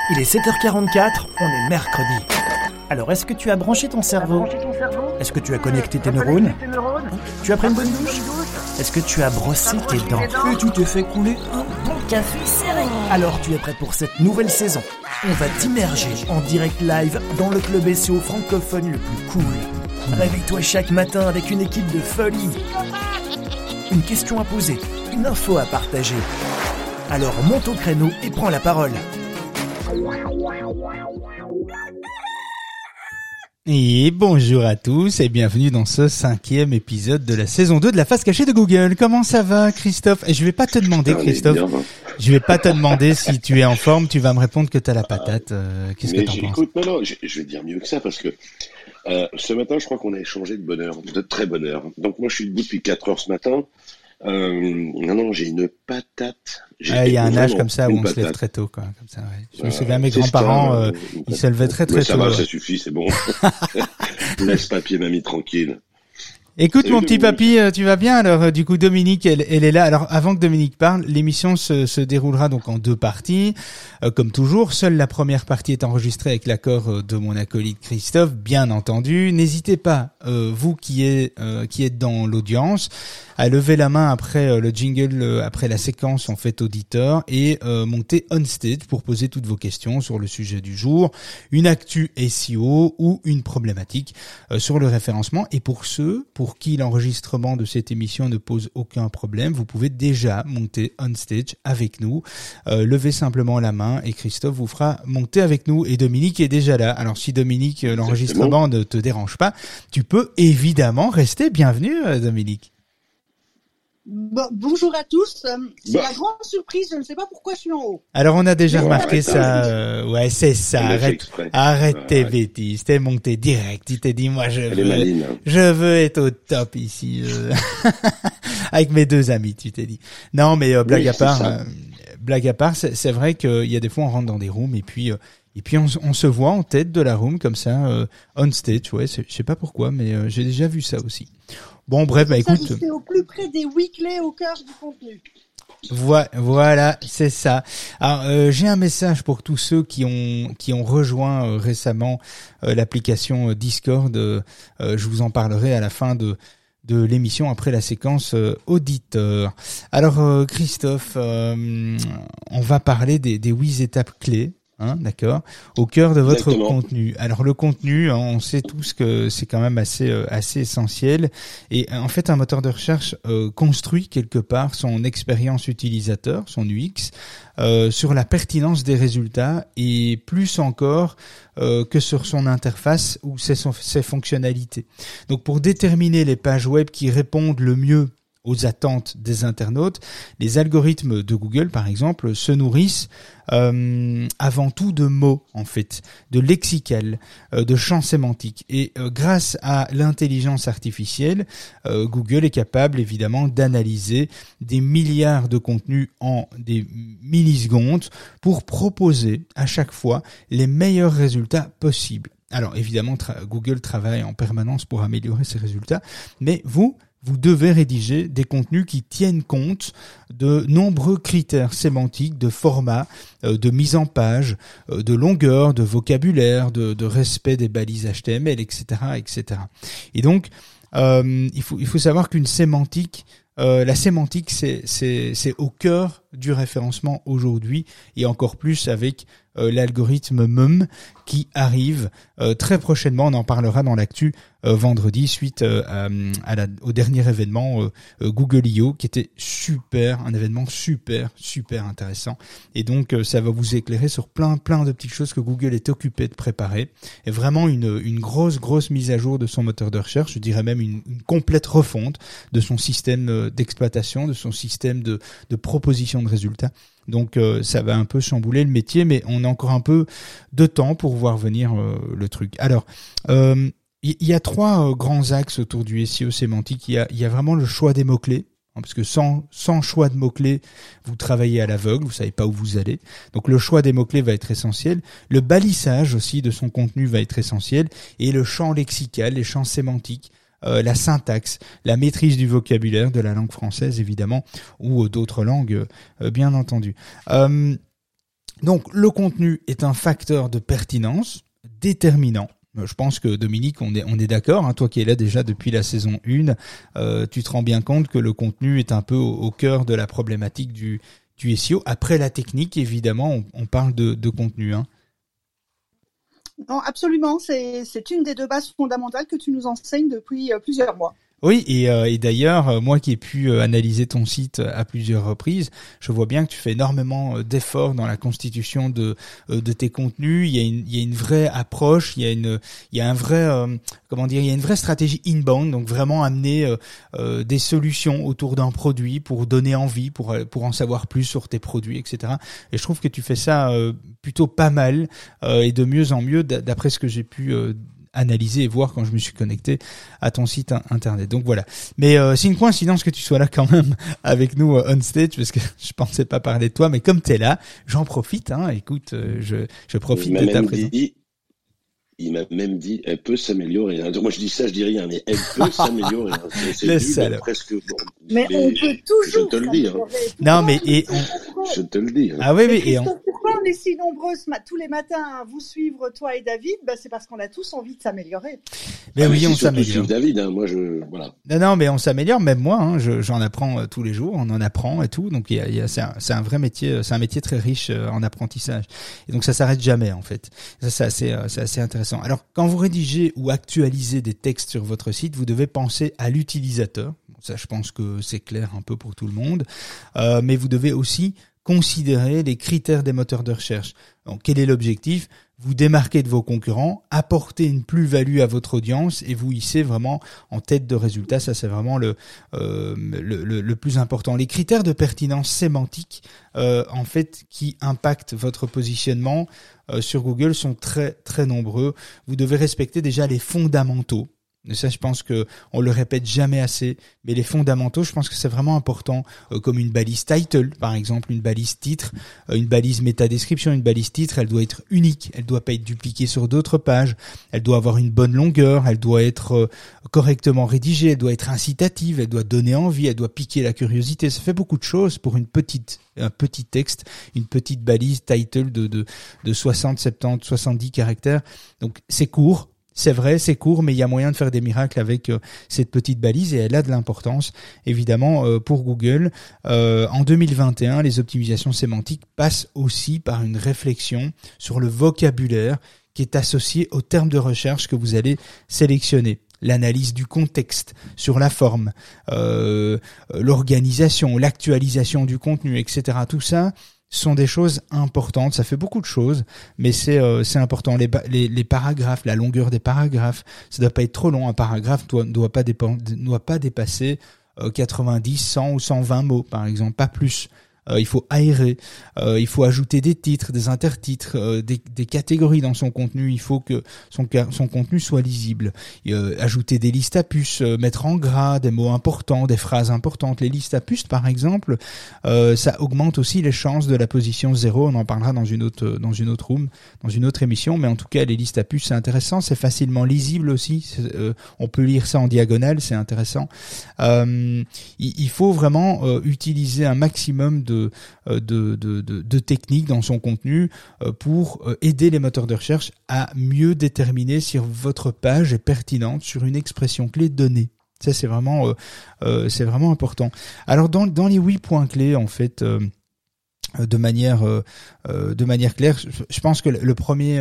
Il est 7h44, on est mercredi. Alors, est-ce que tu as branché ton cerveau ? Est-ce que tu as connecté tes neurones ? Tu as pris une bonne douche ? Est-ce que tu as brossé tes dents ? Et tu t'es fait couler un bon café serré ? Alors, tu es prêt pour cette nouvelle saison ? On va t'immerger en direct live dans le club SEO francophone le plus cool. Réveille-toi chaque matin avec une équipe de folie. Une question à poser, une info à partager. Alors monte au créneau et prends la parole. Et bonjour à tous et bienvenue dans ce 5e épisode de la saison 2 de la face cachée de Google. Comment ça va, Christophe ? Et je vais pas te demander, Christophe, je vais pas te demander si tu es en forme, tu vas me répondre que t'as la patate. Qu'est-ce que t'en penses ? Écoute, non, je vais dire mieux que ça parce que ce matin, je crois qu'on a échangé de bonne heure, de très bonne heure. Donc moi, je suis debout depuis 4 heures ce matin. Non, j'ai une patate. Il y a un âge comme ça où on se lève très tôt, quoi. Comme ça, ouais. Je me souviens, mes grands-parents, ils se levaient très tôt. Ça va, ça suffit, c'est bon. Laisse papier, mamie, tranquille. Écoute, Salut, mon petit Dominique. papy, tu vas bien? Alors, du coup, Dominique, elle est là. Alors, avant que Dominique parle, l'émission se déroulera donc en 2 parties. Comme toujours, seule la première partie est enregistrée avec l'accord de mon acolyte Christophe, bien entendu. N'hésitez pas, vous qui êtes dans l'audience, à lever la main après le jingle, après la séquence en fait auditeur et monter on stage pour poser toutes vos questions sur le sujet du jour, une actu SEO ou une problématique sur le référencement. Et pour ceux pour qui l'enregistrement de cette émission ne pose aucun problème, vous pouvez déjà monter on stage avec nous. Levez simplement la main et Christophe vous fera monter avec nous. Et Dominique est déjà là. Alors si Dominique, l'enregistrement ne te dérange pas, tu peux évidemment rester. Bienvenue Dominique. Bonjour à tous. C'est la grande surprise. Je ne sais pas pourquoi je suis en haut. Alors on a déjà remarqué ça. Ouais, c'est ça. Arrête tes bêtises. T'es monté direct. Tu t'es dit moi je veux être au top ici avec mes 2 amis. Tu t'es dit. Non mais blague à part, c'est vrai qu'il y a des fois on rentre dans des rooms et puis on se voit en tête de la room comme ça on stage. Ouais, je sais pas pourquoi, mais j'ai déjà vu ça aussi. Bon, bref, écoute. Ça, je suis au plus près des weekly au cœur du contenu. Voilà, c'est ça. Alors, j'ai un message pour tous ceux qui ont rejoint récemment l'application Discord. Je vous en parlerai à la fin de l'émission après la séquence auditeur. Alors, Christophe, on va parler des 8 étapes clés. D'accord, au cœur de votre contenu. Alors le contenu, on sait tous que c'est quand même assez essentiel. Et en fait, un moteur de recherche construit quelque part son expérience utilisateur, son UX, sur la pertinence des résultats et plus encore que sur son interface ou ses fonctionnalités. Donc pour déterminer les pages web qui répondent le mieux aux attentes des internautes, les algorithmes de Google, par exemple, se nourrissent avant tout de mots, en fait, de lexical, de champs sémantiques. Et grâce à l'intelligence artificielle, Google est capable, évidemment, d'analyser des milliards de contenus en des millisecondes pour proposer à chaque fois les meilleurs résultats possibles. Alors, évidemment, Google travaille en permanence pour améliorer ses résultats, mais vous devez rédiger des contenus qui tiennent compte de nombreux critères sémantiques, de format, de mise en page, de longueur, de vocabulaire, de respect des balises HTML, etc., etc. Et donc, il faut savoir qu'une sémantique, la sémantique, c'est au cœur du référencement aujourd'hui, et encore plus avec l'algorithme MEM qui arrive très prochainement. On en parlera dans l'actu vendredi suite au dernier événement Google I.O. qui était un événement super intéressant. Et donc ça va vous éclairer sur plein de petites choses que Google est occupé de préparer. Et vraiment une grosse mise à jour de son moteur de recherche, je dirais même une complète refonte de son système d'exploitation, de son système de proposition de résultats. Donc ça va un peu chambouler le métier, mais on a encore un peu de temps pour voir venir le truc. Alors, il y a 3 grands axes autour du SEO sémantique. Il y a vraiment le choix des mots-clés, parce que sans choix de mots-clés, vous travaillez à l'aveugle, vous savez pas où vous allez. Donc le choix des mots-clés va être essentiel. Le balisage aussi de son contenu va être essentiel. Et le champ lexical, les champs sémantiques, la syntaxe, la maîtrise du vocabulaire de la langue française évidemment ou d'autres langues bien entendu. Donc, le contenu est un facteur de pertinence déterminant. Je pense que Dominique, on est d'accord, hein, toi qui es là déjà depuis la saison 1, tu te rends bien compte que le contenu est un peu au cœur de la problématique du SEO. Après la technique, évidemment, on parle de contenu. Hein. Non, absolument, c'est une des deux bases fondamentales que tu nous enseignes depuis plusieurs mois. Oui, et d'ailleurs, moi qui ai pu analyser ton site à plusieurs reprises, je vois bien que tu fais énormément d'efforts dans la constitution de tes contenus. Il y a une vraie approche, il y a un vrai il y a une vraie stratégie inbound, donc vraiment amener des solutions autour d'un produit pour donner envie, pour en savoir plus sur tes produits, etc. Et je trouve que tu fais ça plutôt pas mal et de mieux en mieux d'après ce que j'ai pu analyser et voir quand je me suis connecté à ton site internet. Donc voilà. Mais c'est une coïncidence que tu sois là quand même avec nous on stage, parce que je pensais pas parler de toi, mais comme t'es là, j'en profite. Hein. Écoute, je profite de ta présence. Il m'a même dit, elle peut s'améliorer. Moi, je dis ça, je dis rien, mais elle peut s'améliorer. C'est presque. Bon, mais on peut toujours. Je te le dis. Hein. Non, mais je te le dis. Hein. Ah oui, mais pourquoi on est si nombreux tous les matins à vous suivre, toi et David? C'est parce qu'on a tous envie de s'améliorer. Mais oui, on s'améliore. David, hein, moi, voilà. Non, mais on s'améliore. Même moi, hein, j'en apprends tous les jours. On en apprend et tout. Donc c'est un vrai métier. C'est un métier très riche en apprentissage. Et donc ça s'arrête jamais en fait. Ça c'est assez intéressant. Alors, quand vous rédigez ou actualisez des textes sur votre site, vous devez penser à l'utilisateur. Ça, je pense que c'est clair un peu pour tout le monde. Mais vous devez aussi considérer les critères des moteurs de recherche. Donc, quel est l'objectif ? Vous démarquer de vos concurrents, apporter une plus-value à votre audience et vous hisser vraiment en tête de résultat. Ça, c'est vraiment le plus important. Les critères de pertinence sémantique, en fait, qui impactent votre positionnement sur Google sont très, très nombreux. Vous devez respecter déjà les fondamentaux. Et ça, je pense que on le répète jamais assez, mais les fondamentaux, je pense que c'est vraiment important, comme une balise title, par exemple, une balise titre, une balise métadescription, une balise titre, elle doit être unique, elle doit pas être dupliquée sur d'autres pages, elle doit avoir une bonne longueur, elle doit être correctement rédigée, elle doit être incitative, elle doit donner envie, elle doit piquer la curiosité. Ça fait beaucoup de choses pour un petit texte, une petite balise title de 60, 70, 70 caractères. Donc c'est court. C'est vrai, c'est court, mais il y a moyen de faire des miracles avec cette petite balise et elle a de l'importance, évidemment, pour Google. En 2021, les optimisations sémantiques passent aussi par une réflexion sur le vocabulaire qui est associé aux termes de recherche que vous allez sélectionner. L'analyse du contexte sur la forme, l'organisation, l'actualisation du contenu, etc. Tout ça sont des choses importantes. Ça fait beaucoup de choses, mais c'est important. Les paragraphes, la longueur des paragraphes, ça doit pas être trop long. Un paragraphe ne doit pas dépasser 90, 100 ou 120 mots, par exemple, pas plus. Il faut aérer, il faut ajouter des titres, des intertitres, des catégories dans son contenu. Il faut que son contenu soit lisible. Ajouter des listes à puces, mettre en gras des mots importants, des phrases importantes. Les listes à puces, par exemple, ça augmente aussi les chances de la position 0. On en parlera dans une autre room, dans une autre émission. Mais en tout cas, les listes à puces, c'est intéressant. C'est facilement lisible aussi. On peut lire ça en diagonale, c'est intéressant. Il faut vraiment utiliser un maximum de techniques dans son contenu pour aider les moteurs de recherche à mieux déterminer si votre page est pertinente sur une expression clé donnée. Ça, c'est vraiment important. Alors, dans les 8 points clés, en fait, de manière claire, je pense que le premier,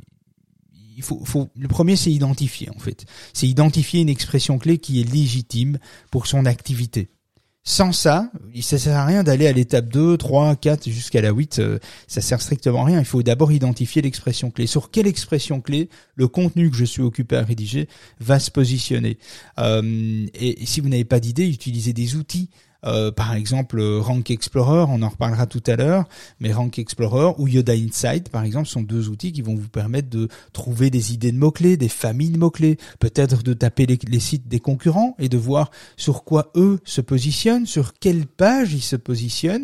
le premier, c'est identifier, en fait. C'est identifier une expression clé qui est légitime pour son activité. Sans ça, ça sert à rien d'aller à l'étape 2, 3, 4 jusqu'à la 8, ça sert strictement à rien. Il faut d'abord identifier l'expression clé. Sur quelle expression clé le contenu que je suis occupé à rédiger va se positionner. Et si vous n'avez pas d'idée, utilisez des outils. Par exemple, Rank Explorer, on en reparlera tout à l'heure, mais Rank Explorer ou Yoda Insight, par exemple, sont deux outils qui vont vous permettre de trouver des idées de mots-clés, des familles de mots-clés, peut-être de taper les sites des concurrents et de voir sur quoi eux se positionnent, sur quelle page ils se positionnent,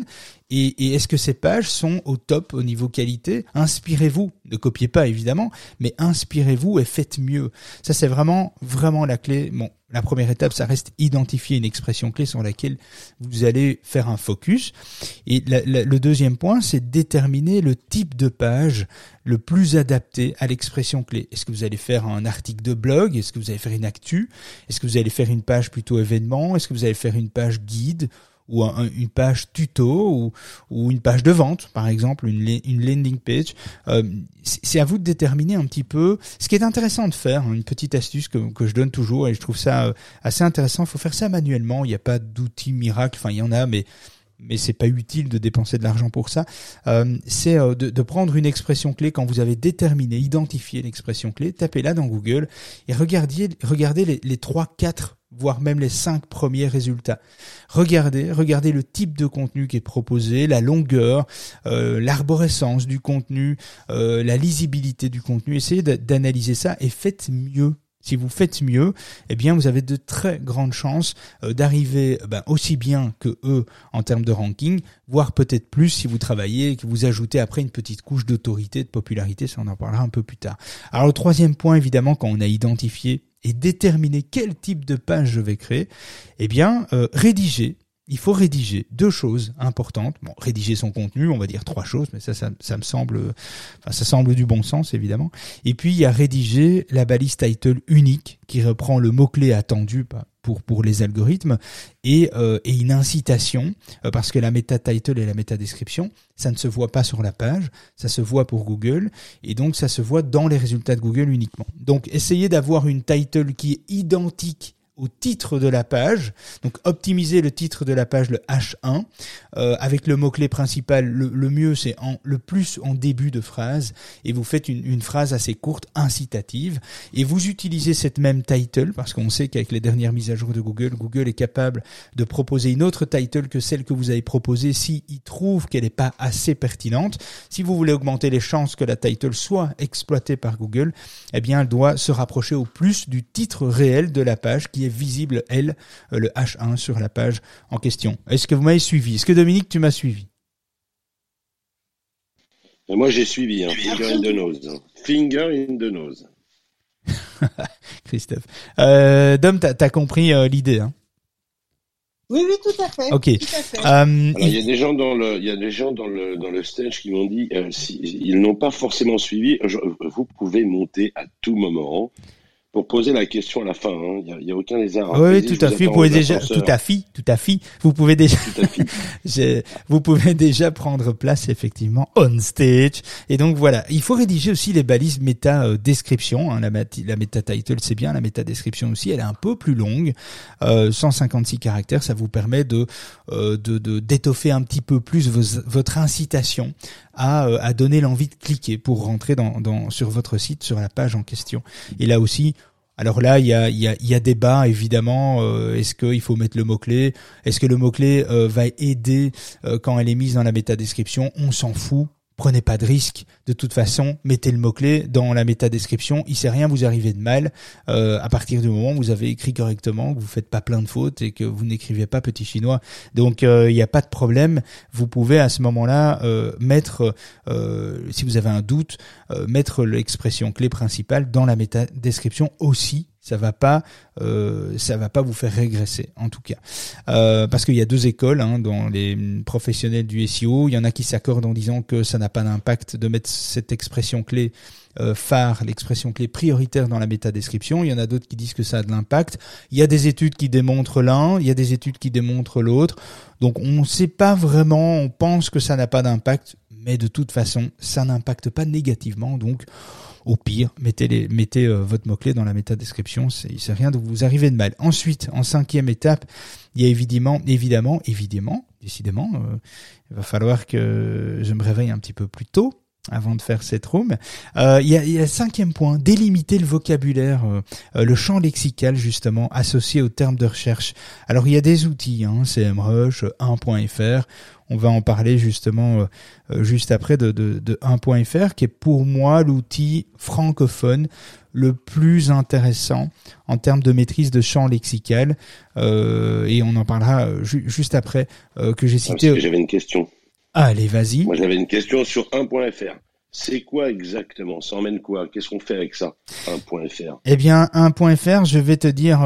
Et est-ce que ces pages sont au top au niveau qualité? Inspirez-vous, ne copiez pas évidemment, mais inspirez-vous et faites mieux. Ça c'est vraiment la clé. Bon, la première étape, ça reste identifier une expression clé sur laquelle vous allez faire un focus. Et le deuxième point, c'est déterminer le type de page le plus adapté à l'expression clé. Est-ce que vous allez faire un article de blog? Est-ce que vous allez faire une actu? Est-ce que vous allez faire une page plutôt événement? Est-ce que vous allez faire une page guide? Ou une page tuto ou une page de vente, par exemple, une landing page. C'est à vous de déterminer un petit peu. Ce qui est intéressant de faire, une petite astuce que je donne toujours, et je trouve ça assez intéressant. Il faut faire ça manuellement. Il n'y a pas d'outil miracle. Enfin, il y en a, mais c'est pas utile de dépenser de l'argent pour ça. C'est de prendre une expression clé quand vous avez déterminé, identifié l'expression clé, tapez-la dans Google et regardez les 3, 4 voire même les 5 premiers résultats. Regardez le type de contenu qui est proposé, la longueur, l'arborescence du contenu, la lisibilité du contenu. Essayez d'analyser ça et faites mieux. Si vous faites mieux, eh bien vous avez de très grandes chances d'arriver aussi bien que eux en termes de ranking, voire peut-être plus si vous travaillez et que vous ajoutez après une petite couche d'autorité, de popularité, ça on en parlera un peu plus tard. Alors le troisième point, évidemment, quand on a identifié et déterminé quel type de page je vais créer, eh bien rédiger. Il faut rédiger 2 choses importantes. Bon, rédiger son contenu, on va dire 3 choses, mais ça me semble, ça semble du bon sens évidemment. Et puis il y a rédiger la balise title unique qui reprend le mot-clé attendu pour les algorithmes et une incitation parce que la meta title et la meta description, ça ne se voit pas sur la page, ça se voit pour Google et donc ça se voit dans les résultats de Google uniquement. Donc essayez d'avoir une title qui est identique au titre de la page, donc optimiser le titre de la page, le H1, avec le mot-clé principal, le mieux c'est le plus en début de phrase, et vous faites une phrase assez courte, incitative, et vous utilisez cette même title, parce qu'on sait qu'avec les dernières mises à jour de Google est capable de proposer une autre title que celle que vous avez proposée s'il trouve qu'elle n'est pas assez pertinente. Si vous voulez augmenter les chances que la title soit exploitée par Google, eh bien elle doit se rapprocher au plus du titre réel de la page qui est visible, elle, le H1 sur la page en question. Est-ce que vous m'avez suivi? Est-ce que Dominique, tu m'as suivi? Moi, j'ai suivi. Finger in the nose. Finger in the nose. Christophe. Dom, t'as compris l'idée, hein? Oui, tout à fait. Ok. Tout à fait. Alors, il y a des gens dans le stage qui m'ont dit, ils n'ont pas forcément suivi. Vous pouvez monter à tout moment. Pour poser la question à la fin, il y a aucun lézard. Oui, tout à fait. Vous pouvez déjà, tout à fait. Vous pouvez déjà, vous pouvez déjà prendre place effectivement on stage. Et donc voilà, il faut rédiger aussi les balises méta description. La méta title c'est bien, la méta description aussi. Elle est un peu plus longue, 156 caractères. Ça vous permet d'étoffer un petit peu plus votre incitation à donner l'envie de cliquer pour rentrer sur votre site, sur la page en question. Et là aussi, alors là, il y a débat évidemment. Est-ce qu'il faut mettre le mot-clé? Est-ce que le mot-clé va aider quand elle est mise dans la métadescription? On s'en fout. Prenez pas de risque. De toute façon, mettez le mot-clé dans la métadescription. Il sait rien vous arriver de mal à partir du moment où vous avez écrit correctement, que vous faites pas plein de fautes et que vous n'écrivez pas petit chinois. Donc, il n'y a pas de problème. Vous pouvez à ce moment-là mettre, si vous avez un doute, mettre l'expression clé principale dans la métadescription aussi. Ça va pas vous faire régresser en tout cas, parce qu'il y a 2 écoles dans les professionnels du SEO. Il y en a qui s'accordent en disant que ça n'a pas d'impact de mettre cette expression clé phare, l'expression clé prioritaire dans la métadescription. Il y en a d'autres qui disent que ça a de l'impact. Il y a des études qui démontrent l'un, il y a des études qui démontrent l'autre. Donc on ne sait pas vraiment, on pense que ça n'a pas d'impact, mais de toute façon, ça n'impacte pas négativement. Donc au pire, mettez votre mot-clé dans la métadescription, c'est rien de vous arriver de mal. Ensuite, en 5e étape, il y a évidemment, décidément, il va falloir que je me réveille un petit peu plus tôt avant de faire cette room. Il y a 5e point, délimiter le vocabulaire, le champ lexical justement associé aux termes de recherche. Alors il y a des outils, CMrush, 1.fr. On va en parler justement juste après de 1.fr, qui est pour moi l'outil francophone le plus intéressant en termes de maîtrise de champ lexical. Et on en parlera juste après que j'ai cité. Parce que j'avais une question. Allez, vas-y. Moi, j'avais une question sur 1.fr. C'est quoi exactement? Ça emmène quoi? Qu'est-ce qu'on fait avec ça? 1.fr. Eh bien, 1.fr, je vais te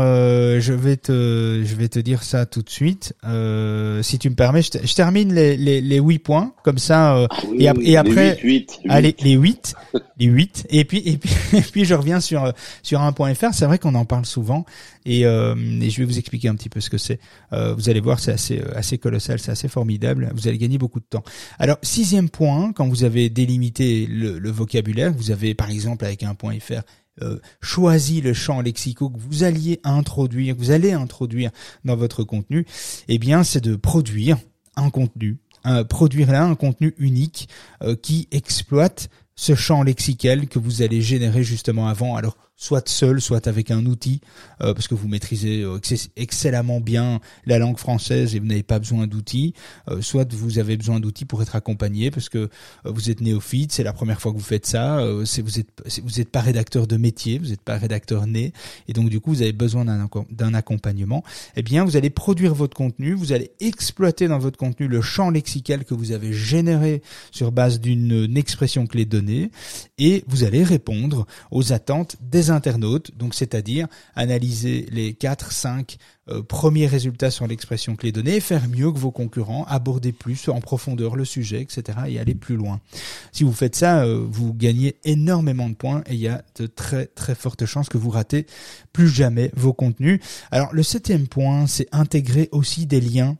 dire ça tout de suite. Si tu me permets, je termine les 8 points, comme ça, et après, les 8. allez, les 8, et puis je reviens sur 1.fr. C'est vrai qu'on en parle souvent, et je vais vous expliquer un petit peu ce que c'est. Vous allez voir, c'est assez colossal, c'est assez formidable. Vous allez gagner beaucoup de temps. Alors, 6e point, quand vous avez délimité le vocabulaire, vous avez par exemple avec 1.fr choisi le champ lexico que vous allez introduire dans votre contenu, eh bien c'est de produire un contenu, un contenu unique qui exploite ce champ lexical que vous allez générer justement avant. Alors soit seul, soit avec un outil, parce que vous maîtrisez excellemment bien la langue française et vous n'avez pas besoin d'outils, soit vous avez besoin d'outils pour être accompagné parce que vous êtes néophyte, c'est la première fois que vous faites ça, vous êtes pas rédacteur de métier, vous n'êtes pas rédacteur né, et donc du coup vous avez besoin d'un accompagnement. Eh bien vous allez produire votre contenu, vous allez exploiter dans votre contenu le champ lexical que vous avez généré sur base d'une expression clé donnée, et vous allez répondre aux attentes des internautes, donc c'est-à-dire analyser les 4-5 premiers résultats sur l'expression clé donnée et faire mieux que vos concurrents, aborder plus en profondeur le sujet, etc. et aller plus loin. Si vous faites ça, vous gagnez énormément de points et il y a de très très fortes chances que vous ratez plus jamais vos contenus. Alors le 7e point, c'est intégrer aussi des liens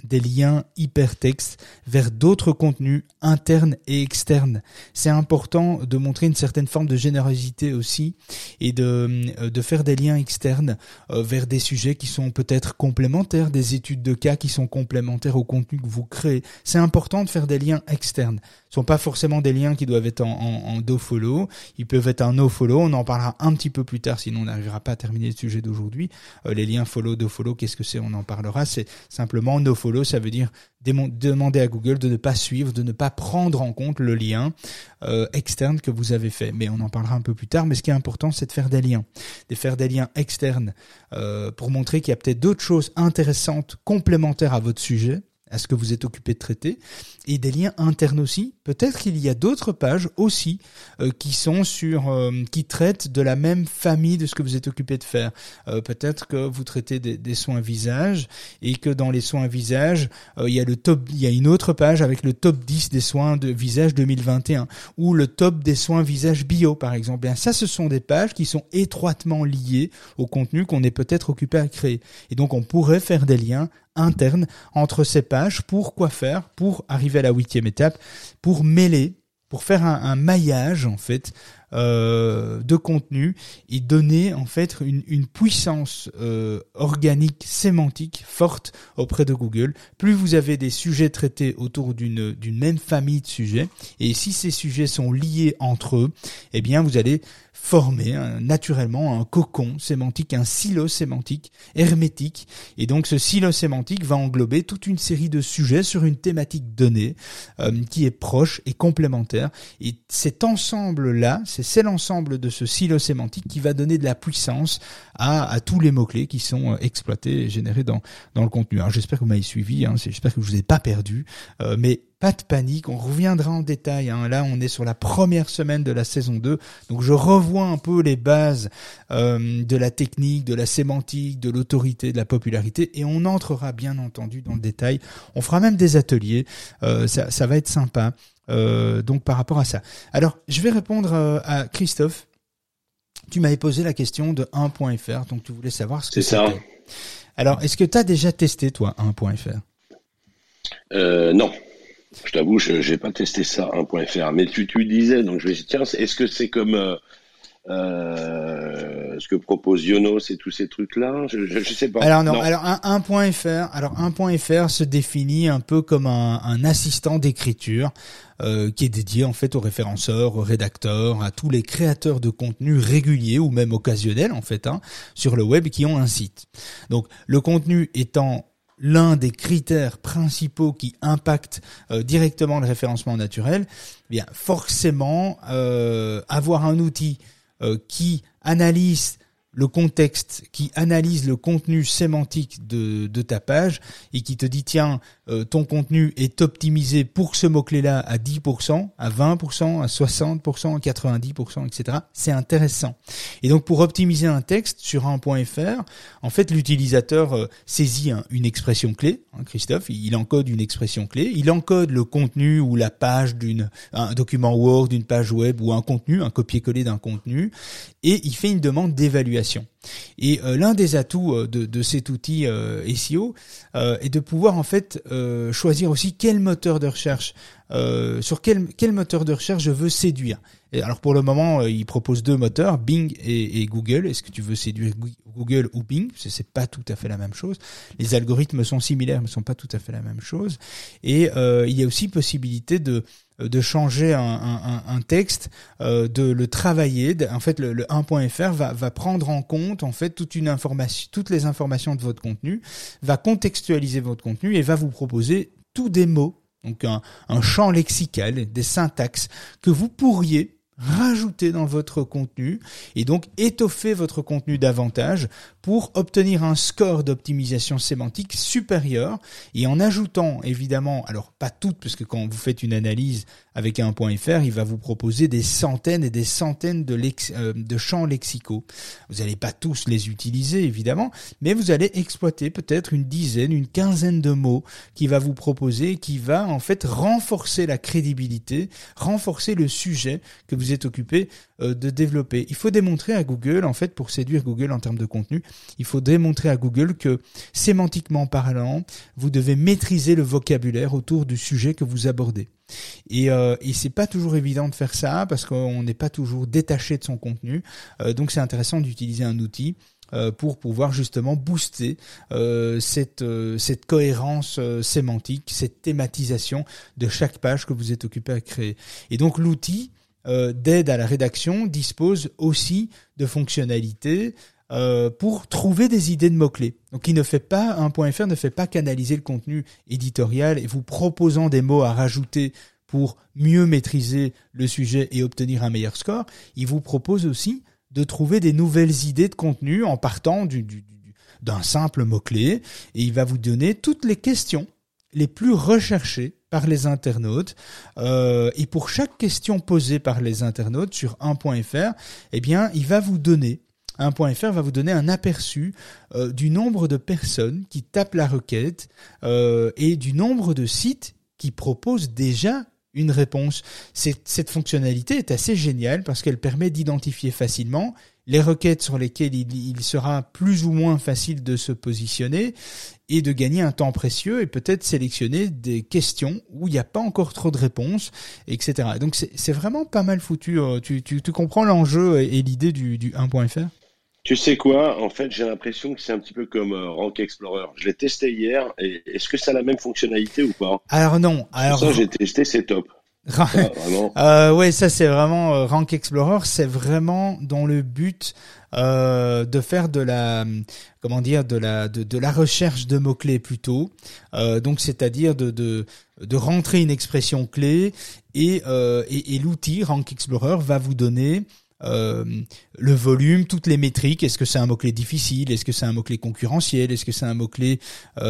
hypertextes vers d'autres contenus internes et externes. C'est important de montrer une certaine forme de générosité aussi et de faire des liens externes vers des sujets qui sont peut-être complémentaires, des études de cas qui sont complémentaires au contenu que vous créez. C'est important de faire des liens externes. Ce sont pas forcément des liens qui doivent être en do-follow. Ils peuvent être un no-follow. On en parlera un petit peu plus tard, sinon on n'arrivera pas à terminer le sujet d'aujourd'hui. Les liens follow, do-follow, qu'est-ce que c'est? On en parlera. C'est simplement no-follow. Ça veut dire demander à Google de ne pas suivre, de ne pas prendre en compte le lien externe que vous avez fait. Mais on en parlera un peu plus tard. Mais ce qui est important, c'est de faire des liens externes pour montrer qu'il y a peut-être d'autres choses intéressantes, complémentaires à votre sujet, à ce que vous êtes occupé de traiter, et des liens internes aussi. Peut-être qu'il y a d'autres pages aussi qui sont qui traitent de la même famille de ce que vous êtes occupé de faire. Peut-être que vous traitez des soins visage et que dans les soins visage, il y a une autre page avec le top 10 des soins de visage 2021 ou le top des soins visage bio par exemple. Bien ça, ce sont des pages qui sont étroitement liées au contenu qu'on est peut-être occupé à créer. Et donc on pourrait faire des liens interne entre ces pages pour quoi faire? Pour arriver à la 8e étape, pour mêler, pour faire un maillage en fait de contenu et donner en fait une puissance organique, sémantique forte auprès de Google. Plus vous avez des sujets traités autour d'une même famille de sujets, et si ces sujets sont liés entre eux, eh bien vous allez former naturellement un cocon sémantique, un silo sémantique hermétique, et donc ce silo sémantique va englober toute une série de sujets sur une thématique donnée qui est proche et complémentaire, et cet ensemble-là, c'est l'ensemble de ce silo sémantique qui va donner de la puissance à tous les mots-clés qui sont exploités et générés dans le contenu. Alors j'espère que vous m'avez suivi, j'espère que je vous ai pas perdu, mais pas de panique, on reviendra en détail. Là, on est sur la première semaine de la saison 2, donc je revois un peu les bases de la technique, de la sémantique, de l'autorité, de la popularité, et on entrera bien entendu dans le détail. On fera même des ateliers, ça va être sympa. Donc par rapport à ça. Alors, je vais répondre à Christophe. Tu m'avais posé la question de 1.fr, donc tu voulais savoir ce que c'était. C'est ça. Alors, est-ce que tu as déjà testé, toi, 1.fr? Non. Je t'avoue, je n'ai pas testé ça, 1.fr. Mais tu disais, donc je vais dire, tiens, est-ce que c'est comme ce que propose Yonos et tous ces trucs-là? Je sais pas. Alors non. Alors 1.fr se définit un peu comme un assistant d'écriture qui est dédié en fait aux référenceurs, aux rédacteurs, à tous les créateurs de contenu réguliers ou même occasionnels en fait sur le web qui ont un site. Donc le contenu étant l'un des critères principaux qui impactent directement le référencement naturel, eh bien forcément avoir un outil qui analyse le contexte, qui analyse le contenu sémantique de ta page et qui te dit tiens, ton contenu est optimisé pour ce mot-clé-là à 10%, à 20%, à 60%, à 90%, etc. C'est intéressant. Et donc, pour optimiser un texte sur un .fr, en fait, l'utilisateur saisit une expression clé. Christophe, il encode une expression clé. Il encode le contenu ou la page un document Word, d'une page web ou un contenu, un copier-coller d'un contenu, et il fait une demande d'évaluation. Et l'un des atouts de cet outil SEO est de pouvoir en fait choisir aussi quel moteur de recherche, sur quel moteur de recherche je veux séduire. Et alors pour le moment, il propose 2 moteurs, Bing et Google. Est-ce que tu veux séduire Google ou Bing? C'est pas tout à fait la même chose. Les algorithmes sont similaires, mais sont pas tout à fait la même chose. Et il y a aussi possibilité de changer un texte, de le travailler. En fait, le 1.fr va prendre en compte en fait toutes les informations de votre contenu, va contextualiser votre contenu et va vous proposer tous des mots, donc un champ lexical, des syntaxes que vous pourriez rajouter dans votre contenu et donc étoffer votre contenu davantage pour obtenir un score d'optimisation sémantique supérieur, et en ajoutant évidemment, alors pas toutes, parce que quand vous faites une analyse avec un .fr, il va vous proposer des centaines et des centaines de champs lexicaux. Vous n'allez pas tous les utiliser évidemment, mais vous allez exploiter peut-être une dizaine, une quinzaine de mots qui va vous proposer, qui va en fait renforcer la crédibilité, renforcer le sujet que vous êtes occupé de développer. Il faut démontrer à Google, en fait, pour séduire Google en termes de contenu, il faut démontrer à Google que, sémantiquement parlant, vous devez maîtriser le vocabulaire autour du sujet que vous abordez. Et c'est pas toujours évident de faire ça parce qu'on n'est pas toujours détaché de son contenu. Donc c'est intéressant d'utiliser un outil pour pouvoir justement booster cette cohérence sémantique, cette thématisation de chaque page que vous êtes occupé à créer. Et donc l'outil d'aide à la rédaction dispose aussi de fonctionnalités pour trouver des idées de mots-clés. Donc un .fr ne fait pas qu'analyser le contenu éditorial et vous proposant des mots à rajouter pour mieux maîtriser le sujet et obtenir un meilleur score. Il vous propose aussi de trouver des nouvelles idées de contenu en partant d'un simple mot-clé, et il va vous donner toutes les questions les plus recherchées par les internautes, et pour chaque question posée par les internautes sur un .fr, eh bien, il va vous donner un .fr va vous donner un aperçu du nombre de personnes qui tapent la requête et du nombre de sites qui proposent déjà une réponse. Cette fonctionnalité est assez géniale parce qu'elle permet d'identifier facilement les requêtes sur lesquelles il sera plus ou moins facile de se positionner et de gagner un temps précieux et peut-être sélectionner des questions où il n'y a pas encore trop de réponses, etc. Donc c'est vraiment pas mal foutu. Tu comprends l'enjeu et l'idée du 1.fr ? Tu sais quoi? En fait, j'ai l'impression que c'est un petit peu comme Rank Explorer. Je l'ai testé hier, et est-ce que ça a la même fonctionnalité ou pas? Alors non. Ça, j'ai testé, c'est top. Ouais, ça c'est vraiment Rank Explorer, c'est vraiment dans le but de faire de la recherche de mots clés plutôt. Donc c'est-à-dire de rentrer une expression clé et l'outil Rank Explorer va vous donner le volume, toutes les métriques. Est-ce que c'est un mot-clé difficile? Est-ce que c'est un mot-clé concurrentiel? Est-ce que c'est un mot-clé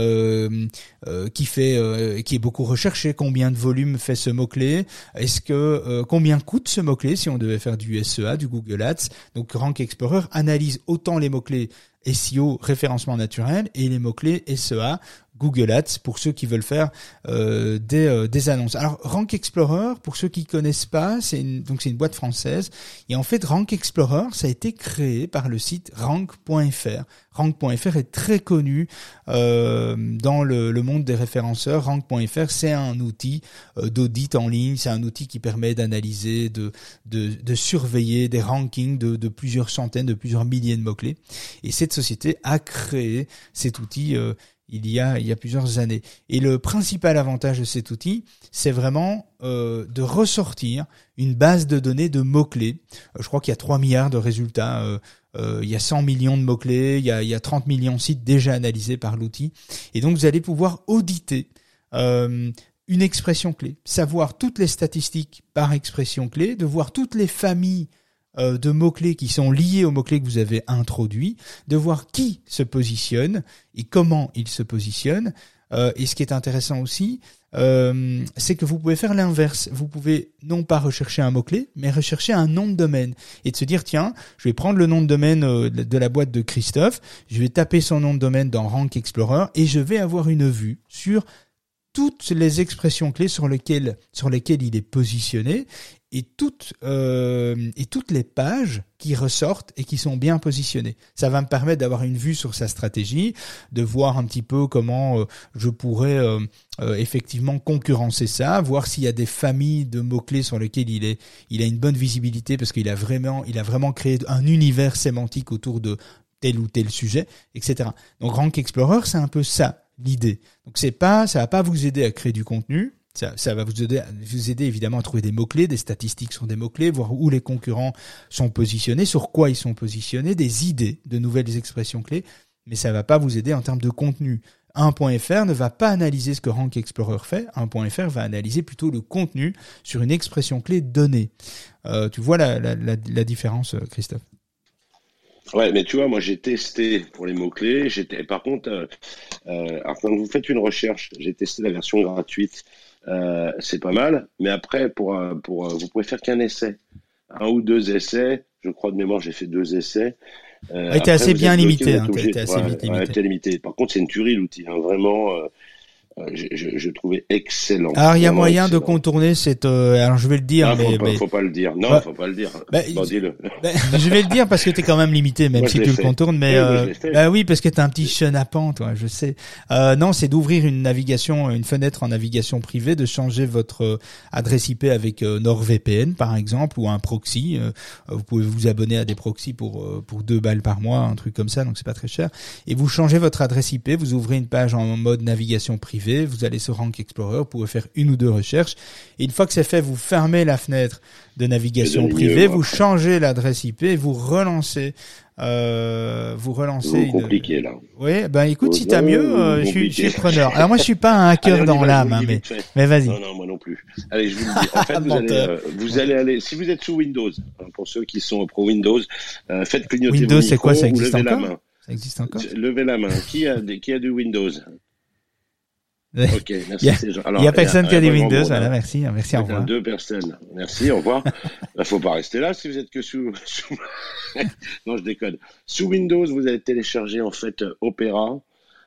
qui est beaucoup recherché? Combien de volume fait ce mot-clé? Est-ce que combien coûte ce mot-clé si on devait faire du SEA, du Google Ads? Donc Rank Explorer analyse autant les mots-clés SEO, référencement naturel, et les mots-clés SEA, Google Ads, pour ceux qui veulent faire des annonces. Alors Rank Explorer, pour ceux qui connaissent pas, c'est une boîte française, et en fait Rank Explorer, ça a été créé par le site rank.fr. Rank.fr est très connu dans le monde des référenceurs. Rank.fr, c'est un outil d'audit en ligne, c'est un outil qui permet d'analyser, de surveiller des rankings de plusieurs centaines, de plusieurs milliers de mots-clés. Et cette société a créé cet outil il y a plusieurs années. Et le principal avantage de cet outil, c'est vraiment de ressortir une base de données de mots-clés. Je crois qu'il y a 3 milliards de résultats. Il y a 100 millions de mots-clés. Il y a 30 millions de sites déjà analysés par l'outil. Et donc, vous allez pouvoir auditer une expression clé, savoir toutes les statistiques par expression clé, de voir toutes les familles de mots-clés qui sont liés aux mots-clés que vous avez introduits, de voir qui se positionne et comment il se positionne, Et ce qui est intéressant aussi, c'est que vous pouvez faire l'inverse. Vous pouvez non pas rechercher un mot-clé, mais rechercher un nom de domaine. Et de se dire, tiens, je vais prendre le nom de domaine de la boîte de Christophe, je vais taper son nom de domaine dans Rank Explorer et je vais avoir une vue sur toutes les expressions clés sur lesquelles il est positionné et toutes les pages qui ressortent et qui sont bien positionnées. Ça va me permettre d'avoir une vue sur sa stratégie, de voir un petit peu comment je pourrais effectivement concurrencer ça, voir s'il y a des familles de mots-clés sur lesquels il a une bonne visibilité parce qu'il a vraiment créé un univers sémantique autour de tel ou tel sujet, etc. Donc Rank Explorer, c'est un peu ça, l'idée. Donc ça va pas vous aider à créer du contenu, ça va vous aider évidemment à trouver des mots-clés, des statistiques sur des mots-clés, voir où les concurrents sont positionnés, sur quoi ils sont positionnés, des idées de nouvelles expressions clés, mais ça va pas vous aider en termes de contenu. 1.fr ne va pas analyser ce que Rank Explorer fait, 1.fr va analyser plutôt le contenu sur une expression clé donnée. Tu vois la différence, Christophe? Ouais, mais tu vois, moi j'ai testé pour les mots-clés. Par contre, alors quand vous faites une recherche, j'ai testé la version gratuite. C'est pas mal, mais après, vous pouvez faire qu'un essai. 1 ou 2 essais. Je crois de mémoire, j'ai fait 2 essais. T'es assez bien limité. T'es assez vite limité. T'es limité. Par contre, c'est une tuerie l'outil. Hein, vraiment. Je trouvais excellent. Alors il y a moyen de contourner cette. Alors je vais le dire, faut pas le dire. Non, faut pas le dire. Bon, dis-le. Je vais le dire parce que t'es quand même limité, même si tu le contournes. Mais oui, parce que t'es un petit chenapan, toi. Je sais. Non, c'est d'ouvrir une fenêtre en navigation privée, de changer votre adresse IP avec NordVPN par exemple ou un proxy. Vous pouvez vous abonner à des proxys pour 2 balles par mois, un truc comme ça, donc c'est pas très cher. Et vous changez votre adresse IP, vous ouvrez une page en mode navigation privée. Vous allez sur Rank Explorer, vous pouvez faire 1 ou 2 recherches. Et une fois que c'est fait, vous fermez la fenêtre de navigation privée, vous changez l'adresse IP, vous relancez. C'est compliqué là. Oui, écoute, si t'as mieux, je suis preneur. Alors moi, je suis pas un hacker dans l'âme, mais vas-y. Non, moi non plus. Allez, je vous le dis. En fait, vous allez aller, si vous êtes sous Windows, pour ceux qui sont pro Windows, faites clignoter Windows, vos micros, c'est quoi, ça ou existe levez encore? la main. Ça existe encore? Levez la main. Qui a du Windows? Ok, merci. Il y a personne qui a des Windows, voilà, merci, au revoir. 2 personnes. Merci, au revoir. Faut pas rester là si vous êtes que sous... Non, je déconne. Sous Windows, vous allez télécharger en fait Opera.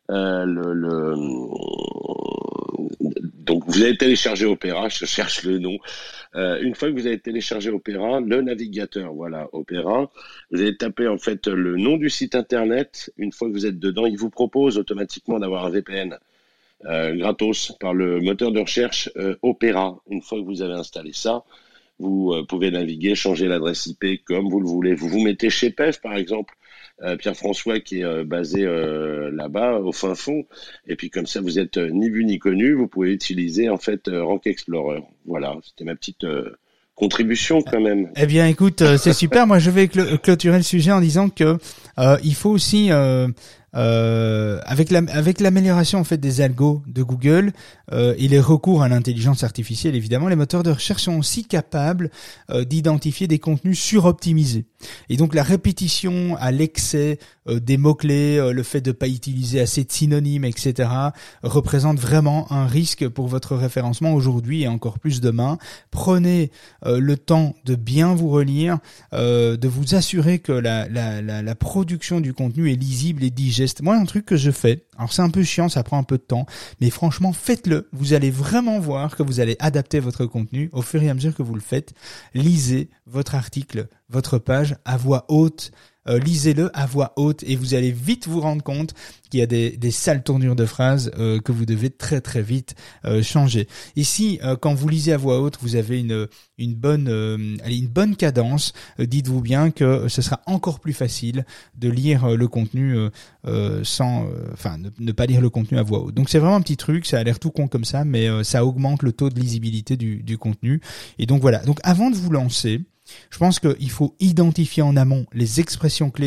Donc vous allez télécharger Opera, je cherche le nom. Une fois que vous avez téléchargé Opera, le navigateur, voilà, Opera, vous allez taper en fait le nom du site internet. Une fois que vous êtes dedans, il vous propose automatiquement d'avoir un VPN. Gratos par le moteur de recherche Opera. Une fois que vous avez installé ça, vous pouvez naviguer, changer l'adresse IP comme vous le voulez. Vous mettez chez PEF par exemple, Pierre-François qui est basé là-bas au fin fond, et puis comme ça vous êtes ni vu ni connu, vous pouvez utiliser en fait Rank Explorer. Voilà, c'était ma petite contribution quand même. Eh bien écoute, c'est super. Moi je vais clôturer le sujet en disant que il faut aussi avec l'amélioration en fait des algos de Google et les recours à l'intelligence artificielle, évidemment, les moteurs de recherche sont aussi capables d'identifier des contenus suroptimisés. Et donc la répétition à l'excès des mots-clés, le fait de pas utiliser assez de synonymes, etc., représente vraiment un risque pour votre référencement aujourd'hui et encore plus demain. Prenez le temps de bien vous relire, de vous assurer que la production du contenu est lisible et digeste. Moi, un truc que je fais, alors c'est un peu chiant, ça prend un peu de temps, mais franchement, faites-le. Vous allez vraiment voir que vous allez adapter votre contenu au fur et à mesure que vous le faites. Lisez votre article, votre page à voix haute. Lisez-le à voix haute et vous allez vite vous rendre compte qu'il y a des sales tournures de phrases que vous devez très très vite changer. Ici, quand vous lisez à voix haute, vous avez une bonne cadence. Dites-vous bien que ce sera encore plus facile de lire le contenu ne pas lire le contenu à voix haute. Donc c'est vraiment un petit truc, ça a l'air tout con comme ça, mais ça augmente le taux de lisibilité du contenu. Et donc voilà. Donc avant de vous lancer, je pense qu'il faut identifier en amont les expressions clés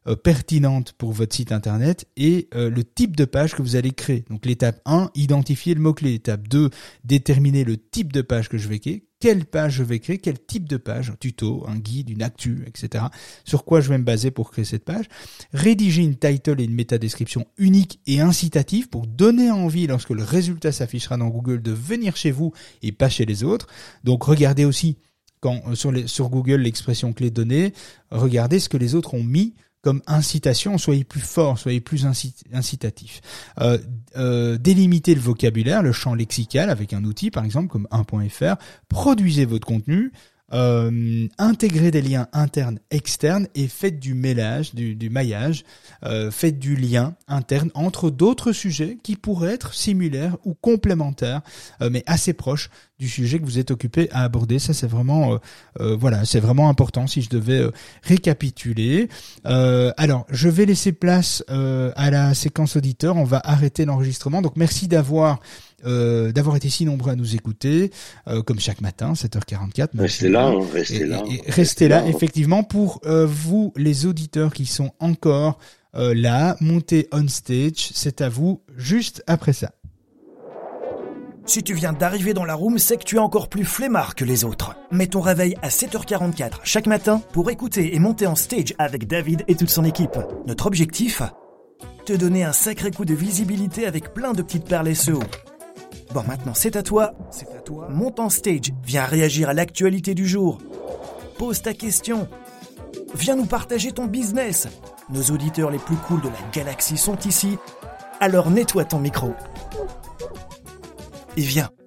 pertinente pour votre site internet et le type de page que vous allez créer. Donc l'étape 1, identifier le mot-clé. Étape 2, déterminer le type de page que je vais créer. Quelle page je vais créer, quel type de page, un tuto, un guide, une actu, etc. Sur quoi je vais me baser pour créer cette page. Rédiger une title et une métadescription unique et incitative pour donner envie, lorsque le résultat s'affichera dans Google, de venir chez vous et pas chez les autres. Donc regardez aussi quand sur Google l'expression clé donnée, regardez ce que les autres ont mis comme incitation, soyez plus fort, soyez plus incitatif. Délimitez le vocabulaire, le champ lexical avec un outil par exemple comme 1.fr, produisez votre contenu, intégrez des liens internes, externes et faites du maillage, du maillage, faites du lien interne entre d'autres sujets qui pourraient être similaires ou complémentaires, mais assez proches du sujet que vous êtes occupé à aborder. Ça, c'est vraiment, c'est vraiment important si je devais récapituler. Alors, je vais laisser place à la séquence auditeur. On va arrêter l'enregistrement. Donc, merci d'avoir été si nombreux à nous écouter, comme chaque matin, 7h44. Restez là, effectivement, pour vous, les auditeurs qui sont encore là, montez on stage, c'est à vous, juste après ça. Si tu viens d'arriver dans la room, c'est que tu es encore plus flemmard que les autres. Mets ton réveil à 7h44 chaque matin pour écouter et monter en stage avec David et toute son équipe. Notre objectif ? Te donner un sacré coup de visibilité avec plein de petites perles SEO. Bon, maintenant, c'est à toi. Monte en stage. Viens réagir à l'actualité du jour. Pose ta question. Viens nous partager ton business. Nos auditeurs les plus cools de la galaxie sont ici. Alors nettoie ton micro. Et viens.